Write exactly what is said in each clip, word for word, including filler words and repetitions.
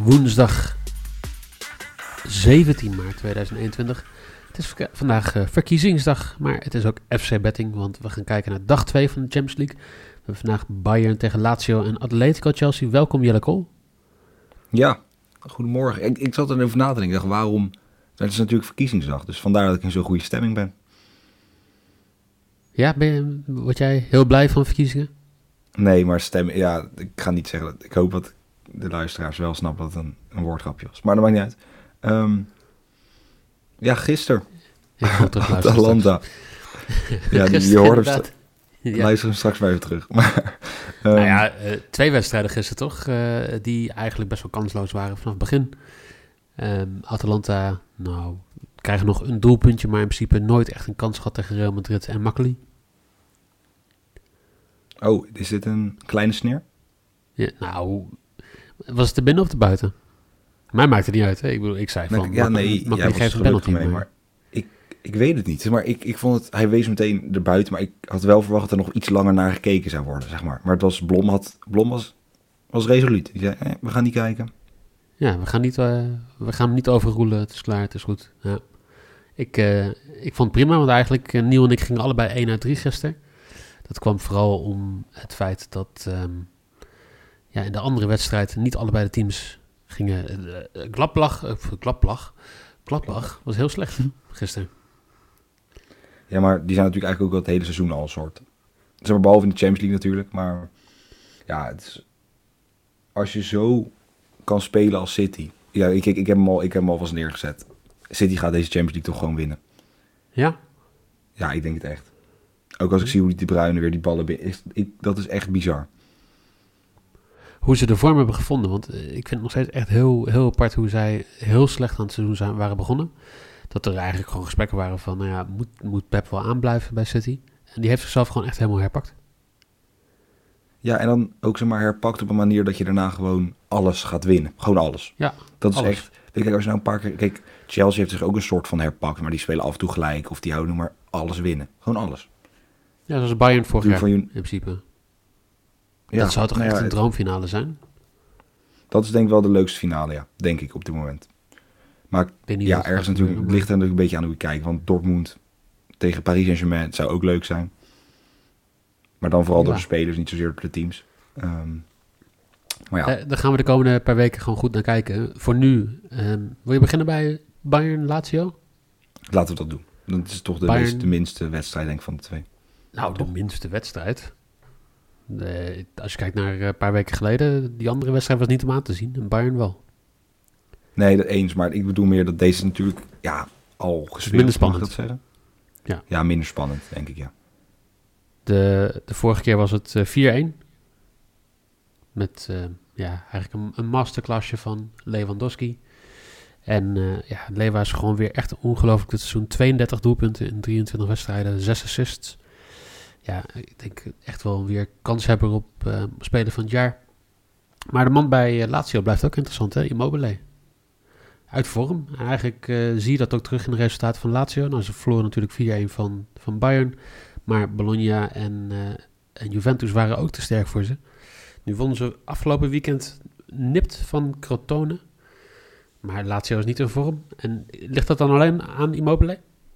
woensdag zeventien maart tweeduizend eenentwintig. Het is v- vandaag uh, verkiezingsdag, maar het is ook F C Betting, want we gaan kijken naar dag twee van de Champions League. We hebben vandaag Bayern tegen Lazio en Atletico Chelsea. Welkom Jelle Kool. Ja, goedemorgen. Ik, ik zat er even na te denken. Ik dacht, waarom? Het is natuurlijk verkiezingsdag, dus vandaar dat ik in zo'n goede stemming ben. Ja, ben je, word jij heel blij van verkiezingen? Nee, maar stemming, ja, ik ga niet zeggen dat. Ik hoop dat de luisteraars wel snappen dat het een, een woordgrapje was. Maar dat maakt niet uit. Um, ja, gisteren. Atalanta. Ja, die, je hoort hem. St- ja. Luister hem straks maar even terug. Maar, um, nou ja, uh, twee wedstrijden gisteren toch, uh, die eigenlijk best wel kansloos waren vanaf het begin. Um, Atalanta, nou, krijgen nog een doelpuntje, maar in principe nooit echt een kans gehad tegen Real Madrid en Makkeli. Oh, is dit een kleine sneer? Ja, nou, was het er binnen of te buiten? Mij maakt het niet uit. Hè? Ik bedoel, ik zei van, nee, ja, nee, Makkeli geeft een penalty mee, maar ik, ik weet het niet. Maar ik, ik vond het, hij wees meteen erbuiten, maar ik had wel verwacht dat er nog iets langer naar gekeken zou worden, zeg maar. Maar het was, Blom had, Blom was, was resoluut. Die zei, eh, we gaan niet kijken. Ja, we gaan, niet, uh, we gaan hem niet overroelen. Het is klaar, het is goed. Ja. Ik, uh, ik vond het prima, want eigenlijk uh, Niel en ik gingen allebei één uit drie gisteren. Dat kwam vooral om het feit dat um, ja, in de andere wedstrijd niet allebei de teams gingen. Uh, uh, Gladbach, uh, Gladbach, Gladbach was heel slecht gisteren. Ja, maar die zijn natuurlijk eigenlijk ook wel het hele seizoen al een soort. Zeg maar, behalve in de Champions League natuurlijk. Maar ja, het is, als je zo kan spelen als City. Ja, ik, ik, ik heb hem al, ik heb hem alvast neergezet. City gaat deze Champions League toch gewoon winnen. Ja? Ja, ik denk het echt. Ook als ik zie hoe die De Bruyne weer die ballen binnen... Ik, ik, dat is echt bizar. Hoe ze de vorm hebben gevonden. Want uh, ik vind het nog steeds echt heel, heel apart hoe zij heel slecht aan het seizoen zijn, waren begonnen. Dat er eigenlijk gewoon gesprekken waren van, nou ja, moet, moet Pep wel aanblijven bij City? En die heeft zichzelf gewoon echt helemaal herpakt. Ja, en dan ook zeg maar herpakt op een manier dat je daarna gewoon alles gaat winnen. Gewoon alles. Ja, dat is alles. echt... Kijk, als je nou een paar keer... Kijk, Chelsea heeft zich ook een soort van herpakt, maar die spelen af en toe gelijk. Of die houden maar alles winnen. Gewoon alles. Ja, zoals Bayern vorig jaar, je... in principe. Ja, dat zou toch nou echt ja, een droomfinale zijn? Dat is denk ik wel de leukste finale, ja. Denk ik, op dit moment. Maar ja, ergens natuurlijk... Het ligt er natuurlijk een beetje aan hoe je kijkt. Want Dortmund tegen Paris Saint-Germain, het zou ook leuk zijn. Maar dan vooral ja. door de spelers, niet zozeer door de teams. Um, maar ja. Uh, daar gaan we de komende paar weken gewoon goed naar kijken. Voor nu, um, wil je beginnen bij Bayern Lazio? Laten we dat doen. Dat is toch de, Bayern... meest, de minste wedstrijd, denk ik, van de twee. Nou, de minste wedstrijd. De, als je kijkt naar een paar weken geleden, die andere wedstrijd was niet om aan te zien. En Bayern wel. Nee, dat eens. Maar ik bedoel meer dat deze natuurlijk ja, al gespeeld. Minder spannend. Mag ik dat zeggen? Ja. ja, minder spannend, denk ik, ja. De, de vorige keer was het uh, vier-een. Met uh, ja, eigenlijk een, een masterclassje van Lewandowski. En uh, ja, Lewa is gewoon weer echt ongelooflijk dit seizoen. tweeëndertig doelpunten in drieëntwintig wedstrijden, zes assists. Ja, ik denk echt wel weer kanshebber op uh, speler van het jaar. Maar de man bij uh, Lazio blijft ook interessant, hè? Immobile. Uit vorm. En eigenlijk uh, zie je dat ook terug in de resultaten van Lazio. Nou, ze verloren natuurlijk vier-een van, van Bayern. Maar Bologna en, uh, en Juventus waren ook te sterk voor ze. Nu wonnen ze afgelopen weekend nipt van Crotone. Maar Lazio is niet in vorm. En ligt dat dan alleen aan Immobile?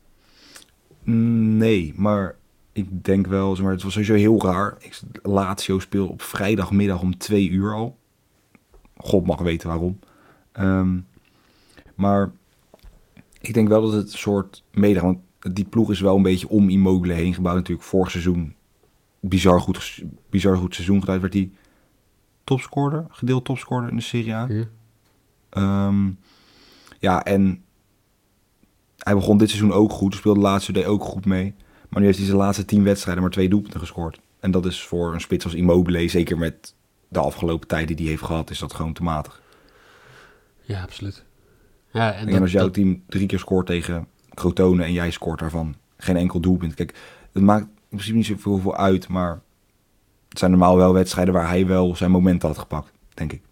Nee, maar ik denk wel... Maar het was sowieso heel raar. Ik, Lazio speelt op vrijdagmiddag om twee uur al. God mag weten waarom. Um, maar ik denk wel dat het een soort meedag... Want die ploeg is wel een beetje om Immobile heen gebouwd. Natuurlijk vorig seizoen bizar goed, bizar goed seizoen gedaan. Werd hij topscorer, gedeeld topscorer in de Serie A. Ja. Um, ja, en hij begon dit seizoen ook goed. Speelde de laatste day ook goed mee. Maar nu heeft hij zijn laatste tien wedstrijden maar twee doelpunten gescoord. En dat is voor een spits als Immobile, zeker met de afgelopen tijd die hij heeft gehad, is dat gewoon te matig. Ja, absoluut. Ja, en, en dat, als jouw dat... team drie keer scoort tegen Crotone en jij scoort daarvan geen enkel doelpunt. Kijk, het maakt in principe niet zoveel veel uit, maar het zijn normaal wel wedstrijden waar hij wel zijn momenten had gepakt, denk ik.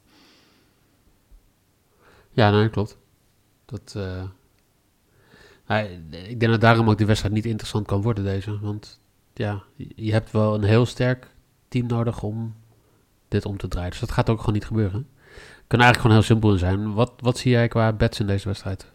Ja, nou, klopt. Dat, uh... nou, ik denk dat daarom ook de wedstrijd niet interessant kan worden, deze. Want ja, je hebt wel een heel sterk team nodig om dit om te draaien. Dus dat gaat ook gewoon niet gebeuren. Kan eigenlijk gewoon heel simpel in zijn. Wat, wat zie jij qua bets in deze wedstrijd?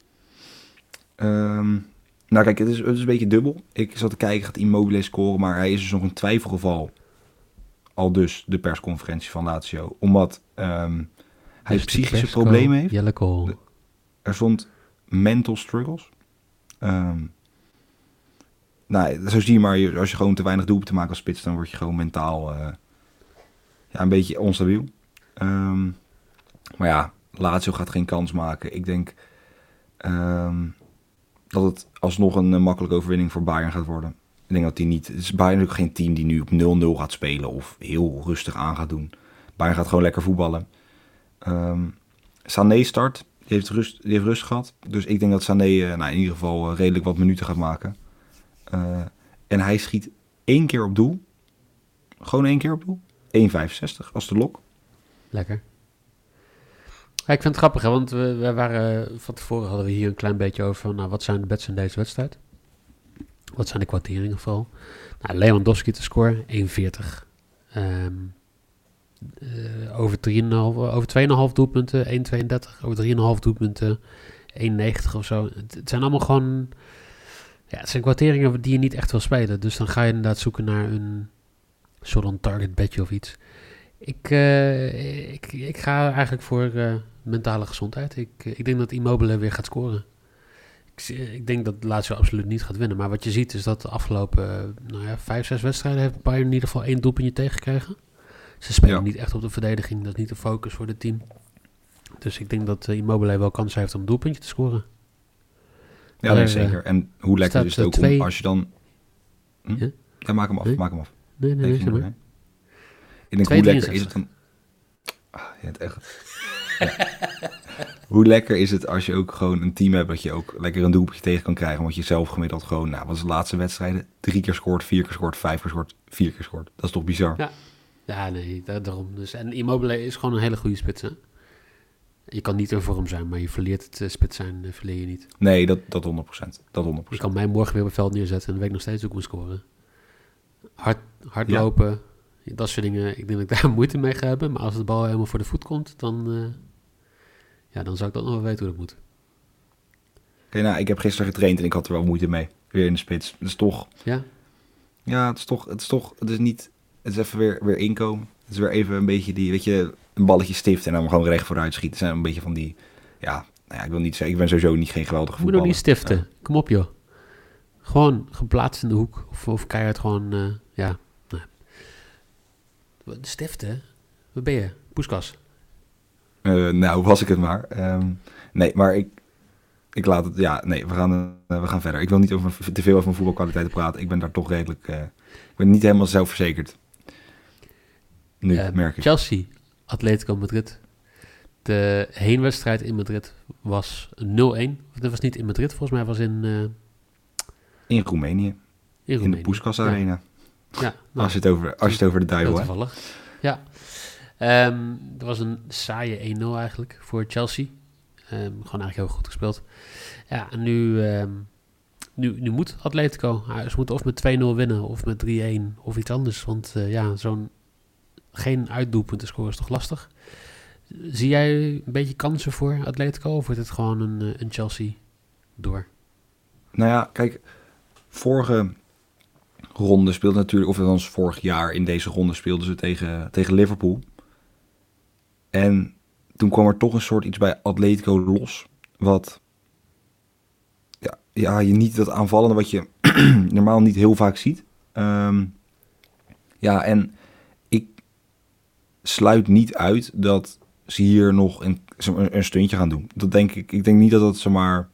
Um, nou kijk, het is, het is een beetje dubbel. Ik zat te kijken, gaat Immobile scoren, maar hij is dus nog een twijfelgeval. Al dus de persconferentie van Lazio. Omdat um, hij Dus psychische problemen heeft. Jelle Kool. Er stond mental struggles. Um, nou, zo zie je maar, als je gewoon te weinig doelpunten maakt als spits, dan word je gewoon mentaal uh, ja, een beetje onstabiel. Um, maar ja, Lazio gaat geen kans maken. Ik denk um, dat het alsnog een uh, makkelijke overwinning voor Bayern gaat worden. Ik denk dat die niet... Het is Bayern natuurlijk geen team die nu op nul nul gaat spelen of heel rustig aan gaat doen. Bayern gaat gewoon lekker voetballen. Um, Sané start. Die heeft, rust, die heeft rust gehad. Dus ik denk dat Sané uh, nou, in ieder geval uh, redelijk wat minuten gaat maken. Uh, en hij schiet één keer op doel. Gewoon één keer op doel. één vijfenzestig als de lok. Lekker. Ja, ik vind het grappig, hè, want we, we waren... Van tevoren hadden we hier een klein beetje over... Nou, wat zijn de bets in deze wedstrijd? Wat zijn de kwarteringen vooral? Nou, Lewandowski te scoren, één veertig. Um, uh, over, twee komma vijf, over twee komma vijf doelpunten, één tweeëndertig. Over drie komma vijf doelpunten, één negentig of zo. Het, het zijn allemaal gewoon... Ja, het zijn kwarteringen die je niet echt wil spelen. Dus dan ga je inderdaad zoeken naar een soort van target bedje of iets. Ik, uh, ik, ik ga eigenlijk voor uh, mentale gezondheid. Ik, ik denk dat Immobile weer gaat scoren. Ik, ik denk dat Lazio absoluut niet gaat winnen. Maar wat je ziet is dat de afgelopen uh, nou ja, vijf, zes wedstrijden heeft Bayern in ieder geval één doelpuntje tegengekregen. Ze spelen ja. niet echt op de verdediging. Dat is niet de focus voor het team. Dus ik denk dat uh, Immobile wel kans heeft om een doelpuntje te scoren. Ja, nee, zeker. En hoe lekker is het ook twee... om als je dan... Hm? Ja? Ja, maak hem af, nee? maak hem af. Nee, nee, nee, nee, nee. Ik denk, hoe lekker is het dan... Ah, je hebt echt... Ja. Hoe lekker is het als je ook gewoon een team hebt dat je ook lekker een doelpuntje tegen kan krijgen. Want je zelf gemiddeld gewoon, nou, wat is de laatste wedstrijden? Drie keer scoort, vier keer scoort, vijf keer scoort, vier keer scoort. Dat is toch bizar? Ja, ja nee, daarom. Dus, en Immobile is gewoon een hele goede spits, hè? Je kan niet in vorm zijn, maar je verleert het uh, spits zijn, uh, verleer je niet. Nee, dat, dat honderd procent. Dat honderd procent. Je kan mij morgen weer op het veld neerzetten en dan weet ik nog steeds ook moet scoren. Hard, hardlopen, ja. Dat soort dingen. Ik denk dat ik daar moeite mee ga hebben. Maar als de bal helemaal voor de voet komt, dan, uh, ja, dan zou ik dat nog wel weten hoe dat moet. Okay, nou, ik heb gisteren getraind en ik had er wel moeite mee. Weer in de spits. Het is toch... Ja? Ja, het is toch... Het is toch... Het is niet... Het is even weer, weer inkomen. Het is weer even een beetje die... Weet je, een balletje stift en dan gewoon recht vooruit schieten. Het zijn een beetje van die... Ja, nou ja, ik wil niet zeggen... Ik ben sowieso niet geen geweldige voetballer. Je moet nog niet stiften. Ja. Kom op, joh. Gewoon geplaatst in de hoek. Of, of keihard gewoon... Uh, ja... Stiften? Waar ben je? Poeskas? Uh, nou, was ik het maar. Um, nee, maar ik, ik laat het... Ja, nee, we gaan, uh, we gaan verder. Ik wil niet over, te veel over mijn voetbalkwaliteiten praten. Ik ben daar toch redelijk... Uh, ik ben niet helemaal zelfverzekerd. Nu, uh, merk ik. Chelsea, Atletico Madrid. De heenwedstrijd in Madrid was nul-een. Dat was niet in Madrid, volgens mij was in... Uh... In Roemenië. In, Roemenië. In de Poeskas Arena. Ja. Ja, nou, als, je het over, als je het over de duivel hebt. Toevallig. Ja. Um, dat was een saaie één nul eigenlijk voor Chelsea. Um, gewoon eigenlijk heel goed gespeeld. Ja, en nu, um, nu, nu moet Atletico. Uh, ze moeten of met twee nul winnen of met drie-een of iets anders. Want uh, ja, zo'n geen uitdoelpunten scoren is toch lastig. Zie jij een beetje kansen voor Atletico of wordt het gewoon een, een Chelsea door? Nou ja, kijk, vorige... ronde speelde natuurlijk, of althans vorig jaar in deze ronde speelden ze tegen, tegen Liverpool. En toen kwam er toch een soort iets bij Atletico los, wat ja, ja je niet dat aanvallende wat je normaal niet heel vaak ziet. Um, ja, en ik sluit niet uit dat ze hier nog een, een stuntje gaan doen. Dat denk ik. Ik denk niet dat dat zomaar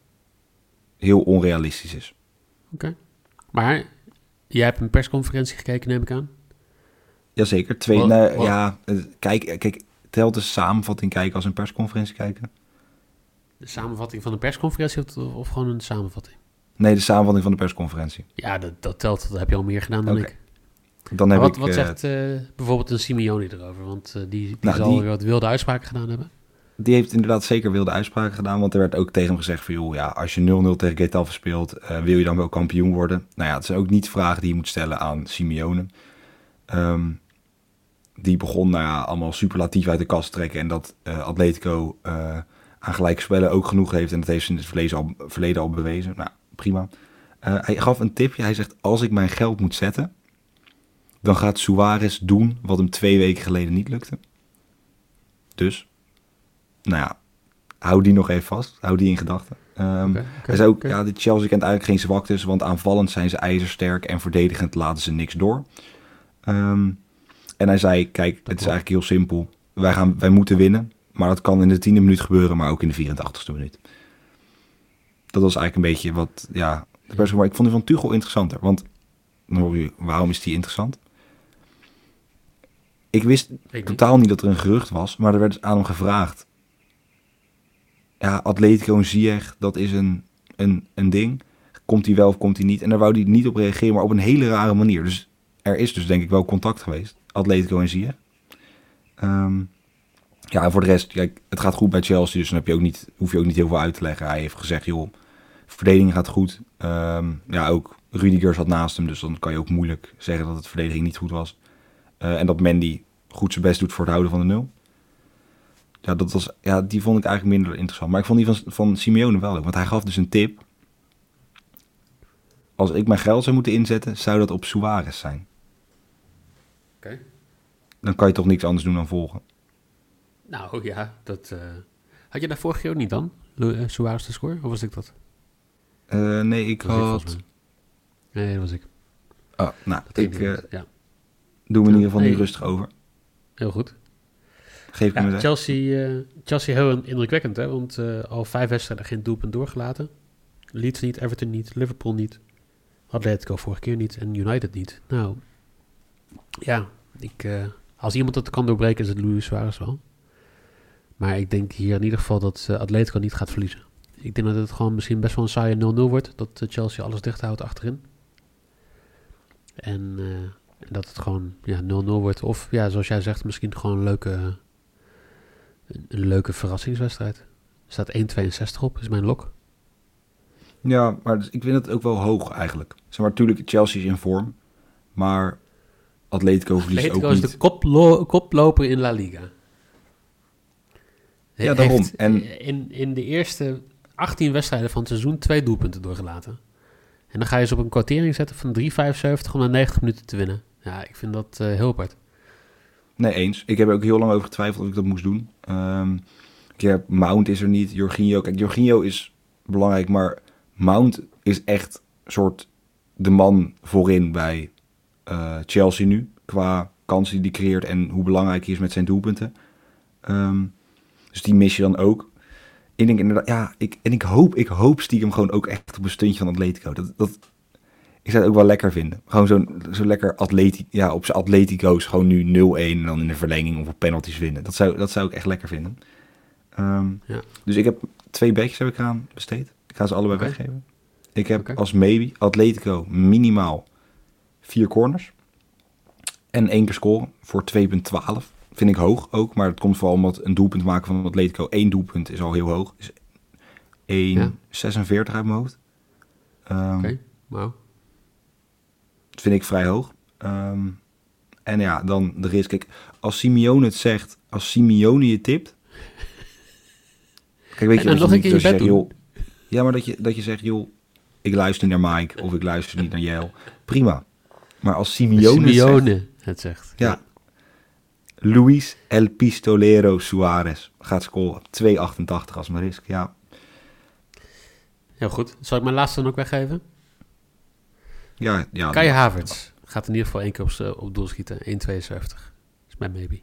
heel onrealistisch is. Oké, okay. Maar jij hebt een persconferentie gekeken, neem ik aan? Jazeker. Twee, well, nou, well. Ja, kijk, kijk, telt de samenvatting kijken als een persconferentie kijken? De samenvatting van de persconferentie of, of gewoon een samenvatting? Nee, de samenvatting van de persconferentie. Ja, dat, dat telt. Dat heb je al meer gedaan dan okay. ik. Dan heb wat, ik, wat uh, zegt uh, bijvoorbeeld een Simeone erover? Want uh, die, die nou, zal die, weer wat wilde uitspraken gedaan hebben. Die heeft inderdaad zeker wilde uitspraken gedaan. Want er werd ook tegen hem gezegd van... joh, ja, als je nul nul tegen Getafe speelt... Uh, wil je dan wel kampioen worden? Nou ja, het zijn ook niet vragen die je moet stellen aan Simeone. Um, die begon nou ja, allemaal superlatief uit de kast te trekken. En dat uh, Atletico uh, aan gelijke spellen ook genoeg heeft. En dat heeft ze in het verleden al, verleden al bewezen. Nou, prima. Uh, hij gaf een tipje. Hij zegt, als ik mijn geld moet zetten, dan gaat Suarez doen wat hem twee weken geleden niet lukte. Dus, nou ja, hou die nog even vast. Hou die in gedachten. Um, okay, okay, hij zei ook, okay. ja, de Chelsea kent eigenlijk geen zwaktes, want aanvallend zijn ze ijzersterk en verdedigend laten ze niks door. Um, en hij zei, kijk, dat het is eigenlijk heel simpel. Wij, gaan, wij moeten winnen, maar dat kan in de tiende minuut gebeuren, maar ook in de vierentachtigste minuut. Dat was eigenlijk een beetje wat, ja, maar ik vond die van Tuchel interessanter, want dan hoor je, waarom is die interessant? Ik wist ik totaal niet. niet dat er een gerucht was, maar er werd dus aan hem gevraagd. Ja, Atletico en Ziyech, dat is een, een, een ding. Komt hij wel of komt hij niet? En daar wou hij niet op reageren, maar op een hele rare manier. Dus er is dus denk ik wel contact geweest. Atletico en Ziyech. Um, ja, en voor de rest, kijk, het gaat goed bij Chelsea, dus dan heb je ook niet, hoef je ook niet heel veel uit te leggen. Hij heeft gezegd, joh, verdediging gaat goed. Um, ja, ook Rudiger zat naast hem, dus dan kan je ook moeilijk zeggen dat het verdediging niet goed was. Uh, en dat Mendy goed zijn best doet voor het houden van de nul. Ja, dat was, ja, die vond ik eigenlijk minder interessant. Maar ik vond die van, van Simeone wel leuk. Want hij gaf dus een tip. Als ik mijn geld zou moeten inzetten, zou dat op Suarez zijn. Oké. Okay. Dan kan je toch niks anders doen dan volgen. Nou ja, dat... Uh... Had je daar vorig jaar ook niet dan? Uh, Suarez te scoren? Of was ik dat? Uh, nee, ik dat had... Ik nee, dat was ik. Oh, nou, dat ik uh, ja. doe me in ja, ieder geval nee. nu rustig over. Heel goed. Geef ik ja, me Chelsea, uh, Chelsea heel indrukwekkend, hè? Want uh, al vijf wedstrijden geen doelpunt doorgelaten. Leeds niet, Everton niet, Liverpool niet. Atletico vorige keer niet en United niet. Nou, ja, ik, uh, als iemand het kan doorbreken is het Luis Suarez wel. Maar ik denk hier in ieder geval dat uh, Atletico niet gaat verliezen. Ik denk dat het gewoon misschien best wel een saaie nul nul wordt. Dat uh, Chelsea alles dicht houdt achterin. En, uh, en dat het gewoon ja, nul nul wordt. Of ja, zoals jij zegt, misschien gewoon een leuke, uh, een, een leuke verrassingswedstrijd. Er staat één komma tweeënzestig op, is mijn lok. Ja, maar dus ik vind het ook wel hoog eigenlijk. Zeg maar, natuurlijk, Chelsea is in vorm. Maar Atletico verliest Atletico ook niet. is de koplo- koploper in La Liga. Hij ja, daarom. heeft En in, in de eerste achttien wedstrijden van het seizoen twee doelpunten doorgelaten. En dan ga je ze op een kwartering zetten van drie komma vijfenzeventig om na negentig minuten te winnen. Ja, ik vind dat uh, heel apart. Nee, eens. Ik heb er ook heel lang over getwijfeld of ik dat moest doen. Um, ik heb, Mount is er niet, Jorginho. Kijk, Jorginho is belangrijk, maar Mount is echt soort de man voorin bij uh, Chelsea nu. Qua kansen die hij creëert en hoe belangrijk hij is met zijn doelpunten. Um, dus die mis je dan ook. Ik denk inderdaad, ja, ik, en ik hoop, ik hoop stiekem gewoon ook echt op een stuntje van Atletico. Dat, dat, ik zou het ook wel lekker vinden. Gewoon zo'n zo lekker atleti, ja, op zijn Atletico's gewoon nu nul-een en dan in de verlenging of op penalties winnen. Dat zou, dat zou ik echt lekker vinden. Um, ja. Dus ik heb twee bedjes heb ik aan besteed. Ik ga ze allebei okay. weggeven. Ik heb okay. als maybe Atletico minimaal vier corners. En één keer scoren voor twee komma twaalf. Vind ik hoog ook, maar het komt vooral omdat een doelpunt maken van Atletico. Één doelpunt is al heel hoog. Is één komma zesenveertig ja. uit mijn hoofd. Um, Oké, okay. Wow. Dat vind ik vrij hoog. Um, en ja, dan de risk. Kijk, als Simeone het zegt, als Simeone je tipt. Kijk, weet je, en dan nog een keer je bed doen. Joh, ja, maar dat je, dat je zegt, joh, ik luister niet naar Mike of ik luister niet naar Jel. Prima. Maar als Simeone, Simeone het zegt. Het zegt ja. ja. Luis El Pistolero Suarez gaat scoren. twee komma achtentachtig als mijn risk, ja. Heel goed. Zal ik mijn laatste dan ook weggeven? Ja, ja. Kai Havertz gaat in ieder geval één keer op, op doel schieten. één komma tweeënzeventig. Dat is mijn maybe.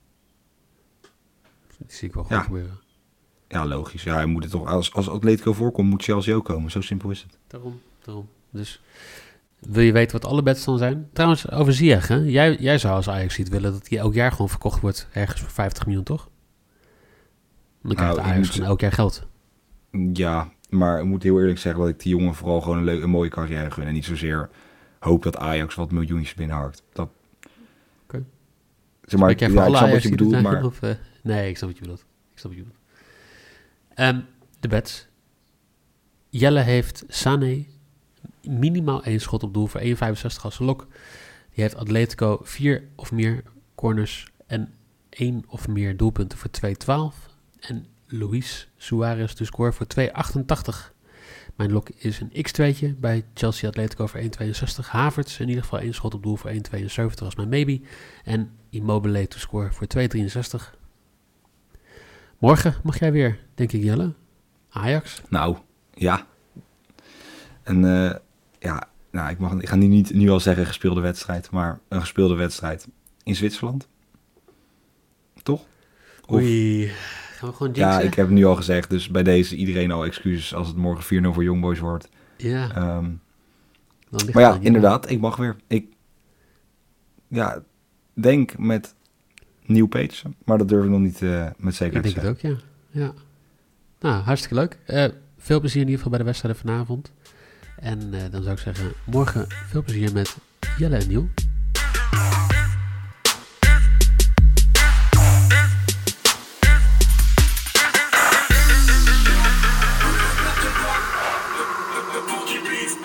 Die zie ik wel goed ja. gebeuren. Ja, logisch. Ja, hij moet het toch, als, als Atletico voorkomt, moet Chelsea ook komen. Zo simpel is het. Daarom, daarom. Dus wil je weten wat alle bets dan zijn? Trouwens, over Ziyech, hè? Jij, jij zou als Ajax ziet willen dat hij elk jaar gewoon verkocht wordt. Ergens voor vijftig miljoen, toch? Dan krijgt nou, Ajax gewoon elk jaar geld. Ja, maar ik moet heel eerlijk zeggen dat ik die jongen vooral gewoon een, leuk, een mooie carrière gun. En niet zozeer hoop dat Ajax wat miljoentjes binnenharkt. Dat... Oké. Okay. Zeg maar, ja, ik snap wat je bedoelt, maar... Of, uh, nee, ik snap wat je bedoelt. Ik snap wat je bedoelt. Um, de bets. Jelle heeft Sané minimaal één schot op doel voor één komma vijfenzestig als lok. Die heeft Atletico vier of meer corners en één of meer doelpunten voor twee twaalf. En Luis Suarez de score voor twee achtentachtig. Mijn lok is een x twee'tje bij Chelsea Atletico voor één tweeënzestig. Havertz in ieder geval één schot op doel voor één tweeënzeventig als mijn maybe. En Immobile to score voor twee drieënzestig. Morgen mag jij weer, denk ik, Jelle. Ajax. Nou, ja. En uh, ja, nou, ik, mag, ik ga niet nu al zeggen gespeelde wedstrijd, maar een gespeelde wedstrijd in Zwitserland. Toch? Of, Oei, gaan we gewoon jinxen? Ja, ik heb het nu al gezegd, dus bij deze iedereen al excuses als het morgen vier nul voor Young Boys wordt. Ja. Um, maar ja, inderdaad, ik mag weer. Ik ja, denk met nieuw page, maar dat durf ik nog niet uh, met zekerheid te zeggen. Ik denk het ook, ja. ja. Nou, hartstikke leuk. Uh, veel plezier in ieder geval bij de wedstrijden vanavond. En uh, dan zou ik zeggen, morgen veel plezier met Jelle en Nieuw.